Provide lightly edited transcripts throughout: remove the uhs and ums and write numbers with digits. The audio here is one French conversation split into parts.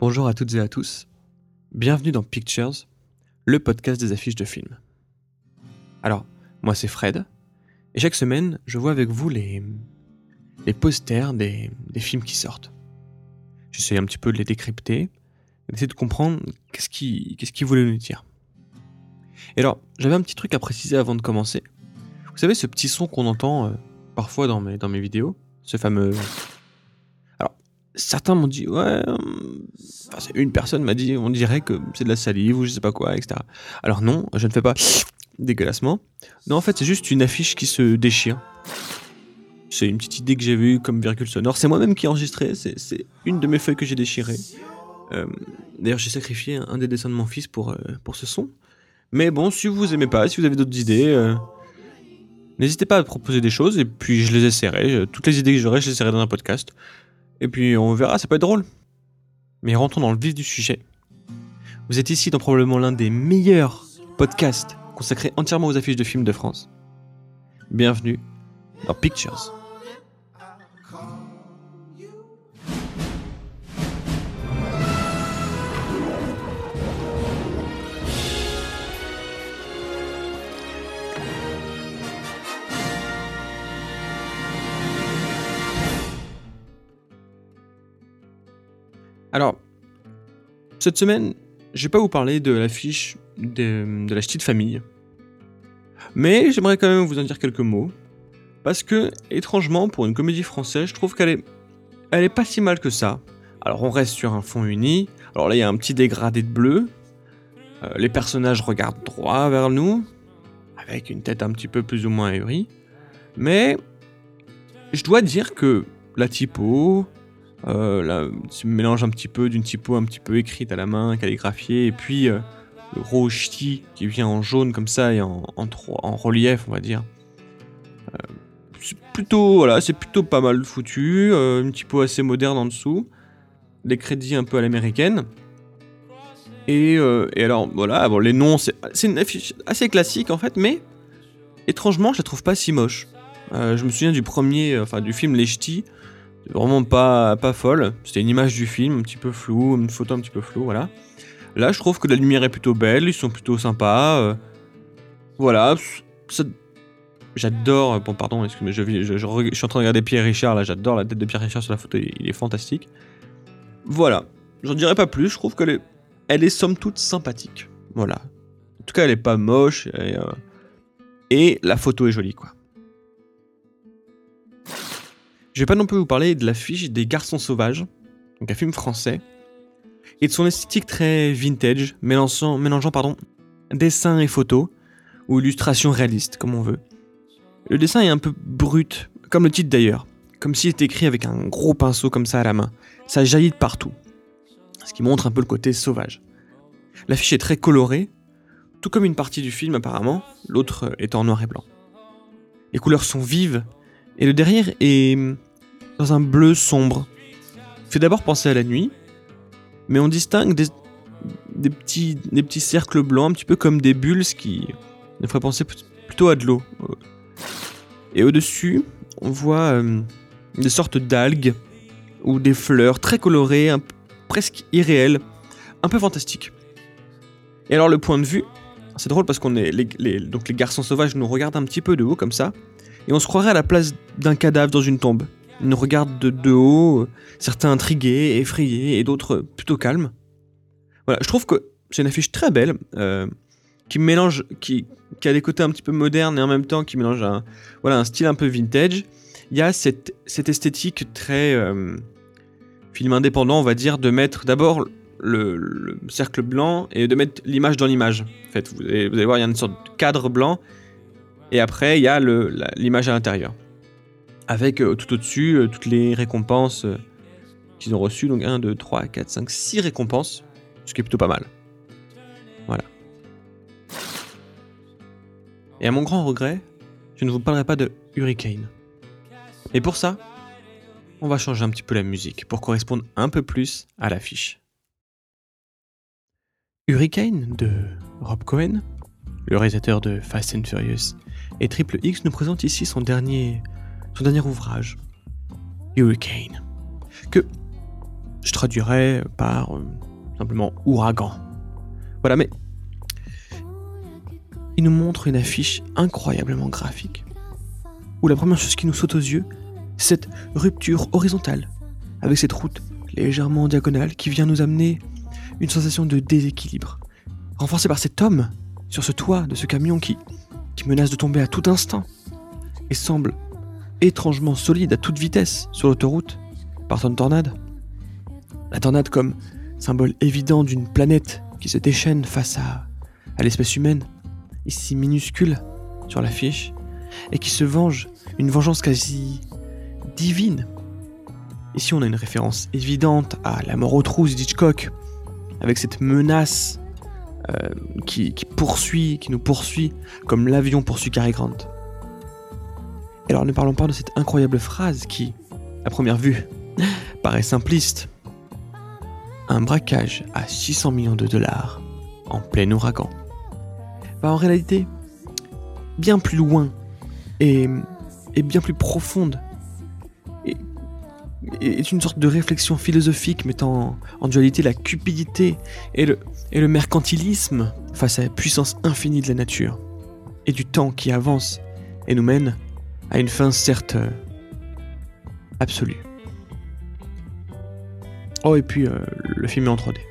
Bonjour à toutes et à tous, bienvenue dans Pictures, le podcast des affiches de films. Alors, moi c'est Fred, et chaque semaine, je vois avec vous les posters des films qui sortent. J'essaie un petit peu de les décrypter, d'essayer de comprendre qu'est-ce qu'ils voulaient nous dire. Et alors, j'avais un petit truc à préciser avant de commencer. Vous savez ce petit son qu'on entend parfois dans mes vidéos, ce fameux... Alors, certains m'ont dit, une personne m'a dit, on dirait que c'est de la salive ou je sais pas quoi, etc. Alors non, je ne fais pas dégueulassement. Non, en fait, c'est juste une affiche qui se déchire. C'est une petite idée que j'avais eue comme virgule sonore. C'est moi-même qui ai enregistré, c'est une de mes feuilles que j'ai déchirées. D'ailleurs, j'ai sacrifié un des dessins de mon fils pour ce son. Mais bon, si vous aimez pas, si vous avez d'autres idées, n'hésitez pas à proposer des choses et puis je les essaierai. Toutes les idées que j'aurai, je les essaierai dans un podcast. Et puis on verra, ça peut être drôle. Mais rentrons dans le vif du sujet. Vous êtes ici dans probablement l'un des meilleurs podcasts consacrés entièrement aux affiches de films de France. Bienvenue dans Pictures. Alors, cette semaine, je vais pas vous parler de l'affiche de la Ch'ti de famille. Mais j'aimerais quand même vous en dire quelques mots. Parce que, étrangement, pour une comédie française, je trouve qu'elle est pas si mal que ça. Alors, on reste sur un fond uni. Alors là, il y a un petit dégradé de bleu. Les personnages regardent droit vers nous, avec une tête un petit peu plus ou moins ahurie. Mais, je dois dire que la typo... ce mélange un petit peu d'une typo un petit peu écrite à la main, calligraphiée, et puis le gros ch'ti qui vient en jaune comme ça et en relief, on va dire. C'est plutôt pas mal foutu, une typo assez moderne en dessous, des crédits un peu à l'américaine. Et alors voilà, bon, les noms, c'est une affiche assez classique en fait, mais étrangement je la trouve pas si moche. Je me souviens du film Les Ch'tis. C'est vraiment pas folle. C'était une image du film, un petit peu floue, une photo un petit peu floue, voilà. Là, je trouve que la lumière est plutôt belle, ils sont plutôt sympas. Voilà. J'adore... Bon, pardon, excusez-moi, je suis en train de regarder Pierre Richard, là, j'adore la tête de Pierre Richard sur la photo, il est fantastique. Voilà. J'en dirais pas plus, je trouve qu'elle est somme toute sympathique. Voilà. En tout cas, elle est pas moche, et la photo est jolie, quoi. Je vais pas non plus vous parler de l'affiche des Garçons Sauvages, donc un film français, et de son esthétique très vintage, mélangeant dessin et photo, ou illustration réaliste, comme on veut. Le dessin est un peu brut, comme le titre d'ailleurs, comme s'il était écrit avec un gros pinceau comme ça à la main. Ça jaillit de partout, ce qui montre un peu le côté sauvage. L'affiche est très colorée, tout comme une partie du film apparemment, l'autre est en noir et blanc. Les couleurs sont vives, et le derrière est dans un bleu sombre. Fait d'abord penser à la nuit, mais on distingue des petits cercles blancs, un petit peu comme des bulles, ce qui nous ferait penser plutôt à de l'eau. Et au-dessus, on voit des sortes d'algues ou des fleurs très colorées, presque irréelles, un peu fantastiques. Et alors le point de vue, c'est drôle parce qu'on est donc les garçons sauvages nous regardent un petit peu de haut comme ça. Et on se croirait à la place d'un cadavre dans une tombe. Ils nous regardent de haut, certains intrigués, effrayés, et d'autres plutôt calmes. Voilà, je trouve que c'est une affiche très belle, qui mélange, qui a des côtés un petit peu modernes et en même temps qui mélange un style un peu vintage. Il y a cette esthétique très film indépendant, on va dire, de mettre d'abord le cercle blanc et de mettre l'image dans l'image. En fait, vous allez voir, il y a une sorte de cadre blanc. Et après, il y a l'image à l'intérieur. Avec tout au-dessus, toutes les récompenses qu'ils ont reçues. Donc 1, 2, 3, 4, 5, 6 récompenses. Ce qui est plutôt pas mal. Voilà. Et à mon grand regret, je ne vous parlerai pas de Hurricane. Et pour ça, on va changer un petit peu la musique pour correspondre un peu plus à l'affiche. Hurricane de Rob Cohen, le réalisateur de Fast and Furious, et Triple X nous présente ici son dernier ouvrage, Hurricane, que je traduirais par simplement ouragan. Voilà, mais il nous montre une affiche incroyablement graphique, où la première chose qui nous saute aux yeux, c'est cette rupture horizontale, avec cette route légèrement diagonale qui vient nous amener une sensation de déséquilibre, renforcée par cet homme sur ce toit de ce camion qui menace de tomber à tout instant et semble étrangement solide à toute vitesse sur l'autoroute, partant de tornade. La tornade comme symbole évident d'une planète qui se déchaîne face à l'espèce humaine, ici minuscule sur l'affiche, et qui se venge, une vengeance quasi divine. Ici on a une référence évidente à La mort aux trousses d'Hitchcock, avec cette menace qui nous poursuit, comme l'avion poursuit Cary Grant. Et alors ne parlons pas de cette incroyable phrase qui, à première vue, paraît simpliste. Un braquage à 600 millions de dollars en plein ouragan va en réalité bien plus loin et bien plus profonde, et est une sorte de réflexion philosophique mettant en dualité la cupidité et le mercantilisme face à la puissance infinie de la nature et du temps qui avance et nous mène à une fin certes absolue. Oh, et puis le film est en 3D.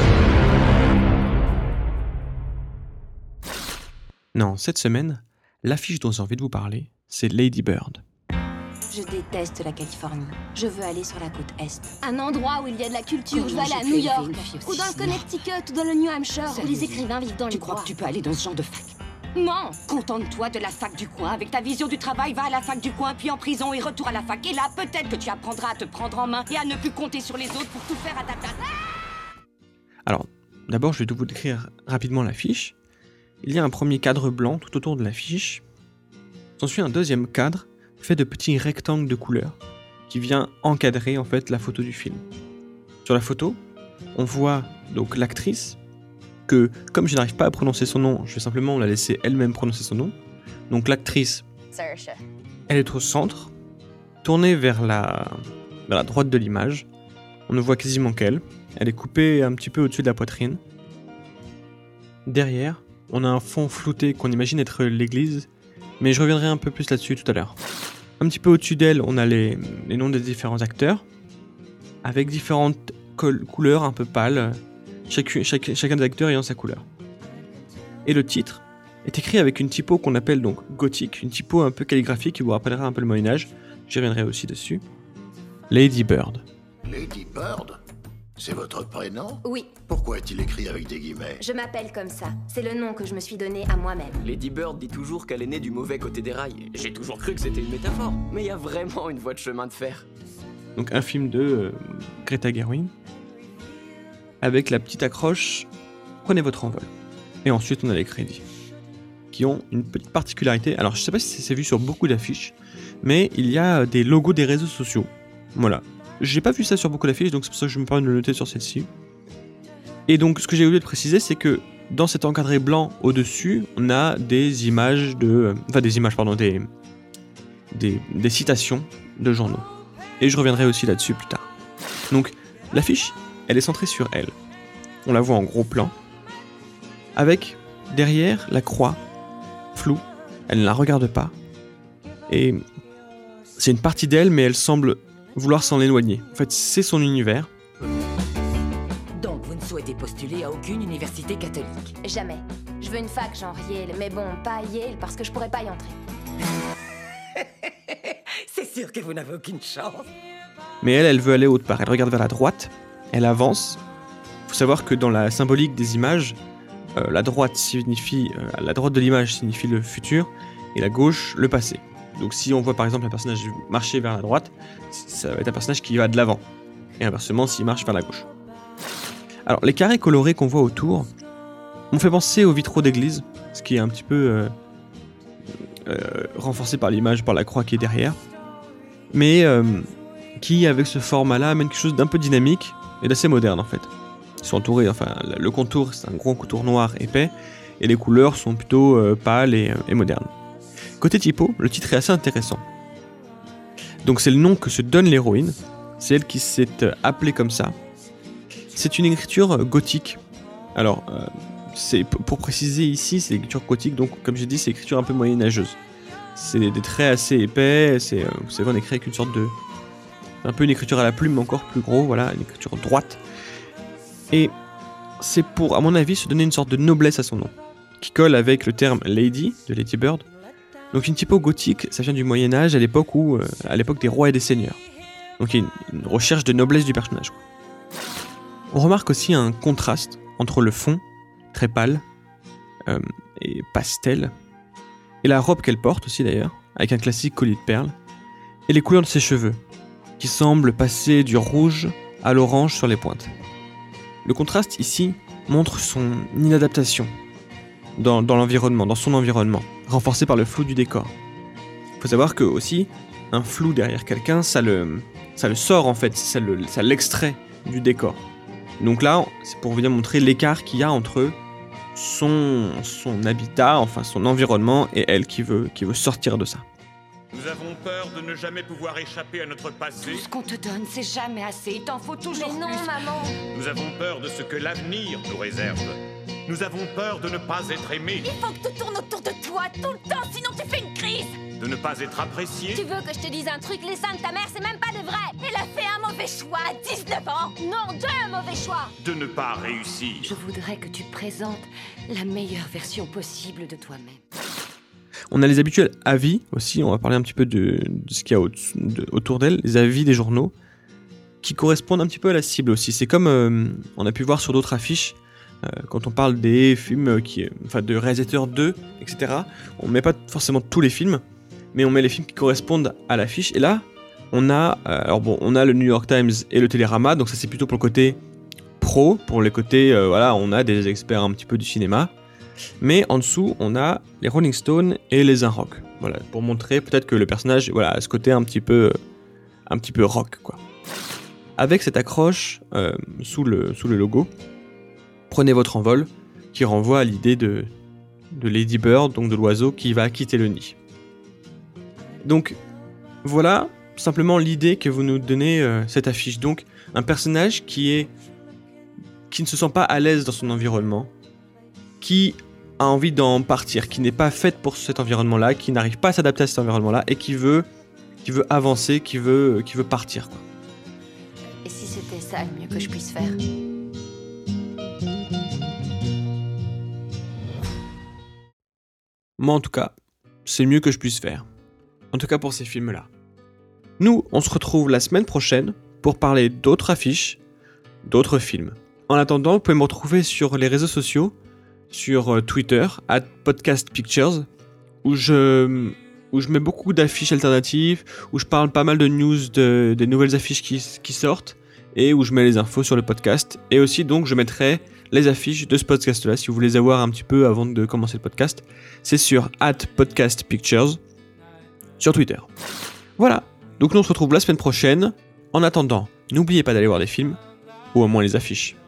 Non, cette semaine, l'affiche dont j'ai envie de vous parler, c'est Lady Bird. Je déteste la Californie. Je veux aller sur la côte Est. Un endroit où il y a de la culture. Je veux aller à New York, ou dans le Connecticut, ou dans le New Hampshire, où les écrivains vivent dans les bois. Tu crois que tu peux aller dans ce genre de fac? Non. Contente-toi de la fac du coin. Avec ta vision du travail, va à la fac du coin, puis en prison et retour à la fac. Et là, peut-être que tu apprendras à te prendre en main et à ne plus compter sur les autres pour tout faire à ta place. Alors, d'abord, je vais vous décrire rapidement l'affiche. Il y a un premier cadre blanc tout autour de l'affiche. S'ensuit un deuxième cadre fait de petits rectangles de couleurs qui vient encadrer en fait la photo du film. Sur la photo, on voit donc l'actrice que, comme je n'arrive pas à prononcer son nom, je vais simplement la laisser elle-même prononcer son nom. Donc l'actrice, elle est au centre, tournée vers la droite de l'image. On ne voit quasiment qu'elle. Elle est coupée un petit peu au-dessus de la poitrine. Derrière, on a un fond flouté qu'on imagine être l'église, mais je reviendrai un peu plus là-dessus tout à l'heure. Un petit peu au-dessus d'elle, on a les noms des différents acteurs, avec différentes couleurs un peu pâles, chacun des acteurs ayant sa couleur. Et le titre est écrit avec une typo qu'on appelle donc gothique, une typo un peu calligraphique qui vous rappellera un peu le Moyen-Âge, j'y reviendrai aussi dessus. Lady Bird. Lady Bird? C'est votre prénom? Oui, Pourquoi est-il écrit avec des guillemets? je m'appelle comme ça. C'est le nom que je me suis donné à moi-même. Lady Bird dit toujours qu'elle est née du mauvais côté des rails. J'ai toujours cru que c'était une métaphore. Mais il y a vraiment une voie de chemin de fer. Donc un film de Greta Gerwig, avec la petite accroche « Prenez votre envol ». Et ensuite on a les crédits, qui ont une petite particularité. Alors je sais pas si c'est vu sur beaucoup d'affiches, mais il y a des logos des réseaux sociaux. Voilà. J'ai pas vu ça sur beaucoup d'affiches, donc c'est pour ça que je me permets de le noter sur celle-ci. Et donc ce que j'ai oublié de préciser, c'est que dans cet encadré blanc au-dessus, on a des images des citations de journaux. Et je reviendrai aussi là-dessus plus tard. Donc l'affiche, elle est centrée sur elle. On la voit en gros plan, avec derrière la croix, floue, elle ne la regarde pas. Et c'est une partie d'elle, mais elle semble vouloir s'en éloigner. En fait, c'est son univers. Donc vous ne souhaitez postuler à aucune université catholique? Jamais. Je veux une fac genre Yale, mais bon, pas Yale parce que je pourrais pas y entrer. C'est sûr que vous n'avez aucune chance. Mais elle veut aller autre part. Elle regarde vers la droite, elle avance. Il faut savoir que dans la symbolique des images, la droite de l'image signifie le futur et la gauche le passé. Donc si on voit par exemple un personnage marcher vers la droite, ça va être un personnage qui va de l'avant. Et inversement s'il marche vers la gauche. Alors les carrés colorés qu'on voit autour m'ont fait penser aux vitraux d'église, ce qui est un petit peu renforcé par l'image, par la croix qui est derrière. Mais qui avec ce format-là amène quelque chose d'un peu dynamique et d'assez moderne en fait. Ils sont entourés, le contour c'est un gros contour noir épais, et les couleurs sont plutôt pâles et modernes. Côté typo, le titre est assez intéressant. Donc c'est le nom que se donne l'héroïne C'est elle qui s'est appelée comme ça. C'est une écriture gothique. Alors, c'est pour préciser ici, c'est l'écriture gothique, donc comme j'ai dit, c'est l'écriture un peu moyenâgeuse. C'est des traits assez épais, vous savez, on écrit avec une sorte de... un peu une écriture à la plume, mais encore plus gros, voilà, une écriture droite. Et c'est pour, à mon avis, se donner une sorte de noblesse à son nom, qui colle avec le terme Lady, de Lady Bird. Donc une typo gothique, ça vient du Moyen-Âge, à l'époque des rois et des seigneurs. Donc il y a une recherche de noblesse du personnage, quoi. On remarque aussi un contraste entre le fond, très pâle, et pastel, et la robe qu'elle porte aussi d'ailleurs, avec un classique collier de perles, et les couleurs de ses cheveux, qui semblent passer du rouge à l'orange sur les pointes. Le contraste ici montre son inadaptation dans l'environnement, dans son environnement, renforcé par le flou du décor. Il faut savoir que aussi, un flou derrière quelqu'un, ça le sort en fait, ça l'extrait du décor. Donc là, c'est pour venir montrer l'écart qu'il y a entre son habitat, enfin son environnement, et elle qui veut sortir de ça. Nous avons peur de ne jamais pouvoir échapper à notre passé. Tout ce qu'on te donne, c'est jamais assez. Il t'en faut toujours Mais non, plus. maman. Nous avons peur de ce que l'avenir nous réserve. Nous avons peur de ne pas être aimés, Il faut que tout tourne autour de toi tout le temps, sinon tu fais une crise. de ne pas être appréciés. Tu veux que je te dise un truc? Les seins de ta mère, c'est même pas des vrais. Elle a fait un mauvais choix à 19 ans. Non, 2 mauvais choix. De ne pas réussir. Je voudrais que tu présentes la meilleure version possible de toi-même. On a les habituels avis aussi, on va parler un petit peu de ce qu'il y a autour d'elle, les avis des journaux, qui correspondent un petit peu à la cible aussi. C'est comme on a pu voir sur d'autres affiches, quand on parle des films, de réalisateurs 2, etc. On met pas forcément tous les films, mais on met les films qui correspondent à l'affiche. Et là, on a le New York Times et le Télérama, donc ça c'est plutôt pour le côté pro, pour les côtés, on a des experts un petit peu du cinéma. Mais en dessous, on a les Rolling Stones et les Un Rock. Voilà, pour montrer peut-être que le personnage, a ce côté un petit peu rock, quoi. Avec cette accroche sous le logo, prenez votre envol, qui renvoie à l'idée de Lady Bird, donc de l'oiseau qui va quitter le nid. Donc voilà simplement l'idée que vous nous donnez cette affiche. Donc un personnage qui ne se sent pas à l'aise dans son environnement, qui a envie d'en partir, qui n'est pas faite pour cet environnement-là, qui n'arrive pas à s'adapter à cet environnement-là et qui veut avancer, qui veut partir, quoi. Et si c'était ça le mieux que je puisse faire? Moi en tout cas, c'est le mieux que je puisse faire. En tout cas pour ces films-là. Nous, on se retrouve la semaine prochaine pour parler d'autres affiches, d'autres films. En attendant, vous pouvez me retrouver sur les réseaux sociaux, sur Twitter, @podcastpictures, où je mets beaucoup d'affiches alternatives, où je parle pas mal de news des nouvelles affiches qui sortent, et où je mets les infos sur le podcast. Et aussi, donc, je mettrai les affiches de ce podcast-là, si vous voulez les avoir un petit peu avant de commencer le podcast. C'est sur @podcastpictures, sur Twitter. Voilà, donc nous on se retrouve la semaine prochaine. En attendant, n'oubliez pas d'aller voir des films, ou au moins les affiches.